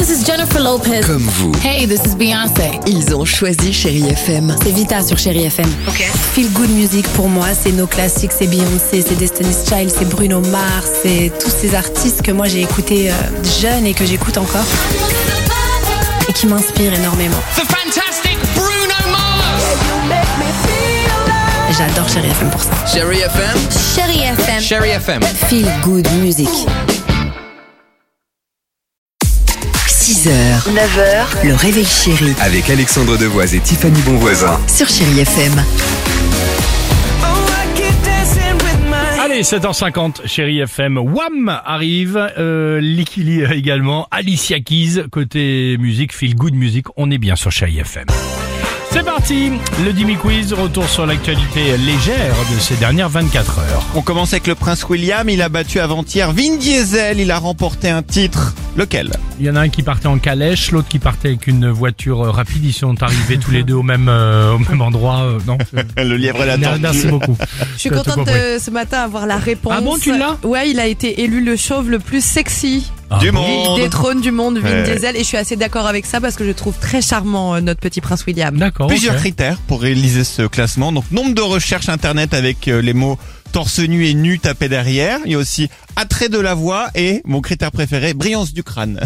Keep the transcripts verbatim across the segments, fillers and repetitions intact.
this is Jennifer Lopez. Comme vous. Hey, this is Beyoncé. Ils ont choisi Chérie F M. C'est Vita sur Chérie F M. Ok. Feel good music pour moi, c'est nos classiques, c'est Beyoncé, c'est Destiny's Child, c'est Bruno Mars, c'est tous ces artistes que moi j'ai écoutés euh, jeune et que j'écoute encore et qui m'inspirent énormément. The fantastic Bruno Mars. J'adore Chérie F M pour ça. Chérie F M. Chérie F M. Chérie F M. Feel good music. six heures, neuf heures, le réveil chéri Avec Alexandre Devoise et Tiffany Bonvoisin. sur Chérie F M. Allez, sept heures cinquante, Chérie F M. Wham arrive, euh, Licky Lee également, Alicia Keys, côté musique, feel good music, on est bien sur Chérie F M. C'est parti, le Dimi Quiz, retour sur l'actualité légère de ces dernières vingt-quatre heures. On commence avec le prince William, il a battu avant-hier Vin Diesel, il a remporté un titre. Lequel? Il y en a un qui partait en calèche, l'autre qui partait avec une voiture euh, rapide, ils sont arrivés tous les deux au même, euh, au même endroit, euh, non je- Le lièvre et la tortue. Merci beaucoup. Je suis Tu as tout contente compris. de ce matin avoir la réponse. Ah bon, tu l'as? Ouais, il a été élu le chauve le plus sexy Ah Du bon monde. des trônes du monde, Vin Ouais. Diesel, et je suis assez d'accord avec ça parce que je trouve très charmant euh, notre petit prince William. D'accord. Plusieurs ok. critères pour réaliser ce classement. Donc, nombre de recherches internet avec euh, les mots torse nu et nu tapés derrière. Il y a aussi attrait de la voix et, mon critère préféré, brillance du crâne.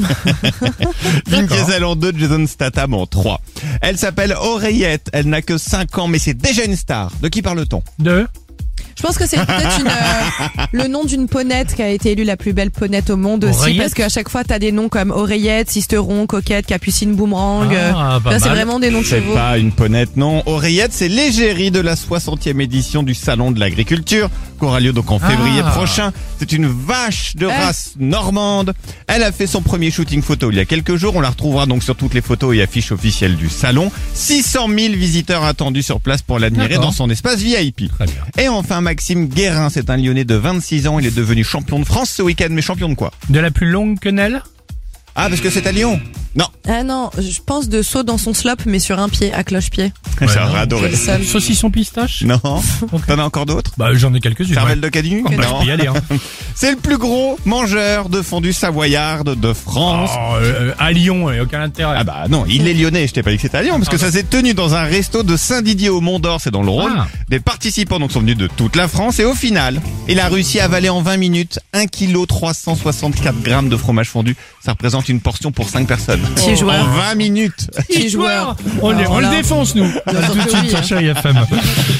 Vin Diesel en deux, Jason Statham en trois. Elle s'appelle Oreillette. Elle n'a que cinq ans, mais c'est déjà une star. De qui parle-t-on? Deux. Je pense que c'est peut-être une, euh, le nom d'une ponette qui a été élue la plus belle ponette au monde aussi, Oreillette parce qu'à chaque fois t'as des noms comme Oreillette, Sisteron, Coquette, Capucine, Boomerang. euh, Ah, pas là c'est mal. vraiment des noms de C'est chevaux. pas une ponette, non. Oreillette, c'est l'égérie de la soixantième édition du Salon de l'Agriculture, qui aura lieu donc en février Ah. prochain. C'est une vache de Eh. race normande. Elle a fait son premier shooting photo il y a quelques jours. On la retrouvera donc sur toutes les photos et affiches officielles du salon. six cent mille visiteurs attendus sur place pour l'admirer D'accord. dans son espace V I P. Très bien. Et enfin, Maxime Guérin, c'est un Lyonnais de vingt-six ans. Il est devenu champion de France ce week-end. Mais champion de quoi? De la plus longue quenelle? Ah, parce que c'est à Lyon. Non, Ah non, je pense de saut dans son slop, mais sur un pied, à cloche-pied. j'aurais non. adoré. Quel seum. Saucisson pistache? Non. T'en as encore d'autres? Bah j'en ai quelques-unes. Cervelle ouais. de Canu? Oh, bah, je peux y aller, hein. C'est le plus gros mangeur de fondue savoyarde de France. Oh, euh, à Lyon, il n'y a aucun intérêt. Ah bah non, il est lyonnais, je t'ai pas dit que c'était à Lyon, parce que ça s'est tenu dans un resto de Saint-Didier au Mont-d'Or, c'est dans le Rhône. Ah. Des participants donc sont venus de toute la France et au final, il a réussi à avaler en vingt minutes un kilo trois cent soixante-quatre grammes de fromage fondu. Ça représente une portion pour cinq personnes. Petit En joueur. vingt minutes. Petit joueur. On, est- on Alors le là, défonce, nous. sûr Tout de que suite oui, sur hein. Chérie F M.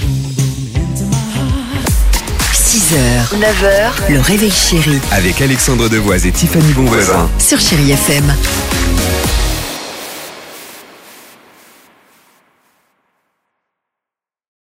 six heures, neuf heures, le réveil chéri Avec Alexandre Devoise et Tiffany Bonvoisin. sur Chérie F M.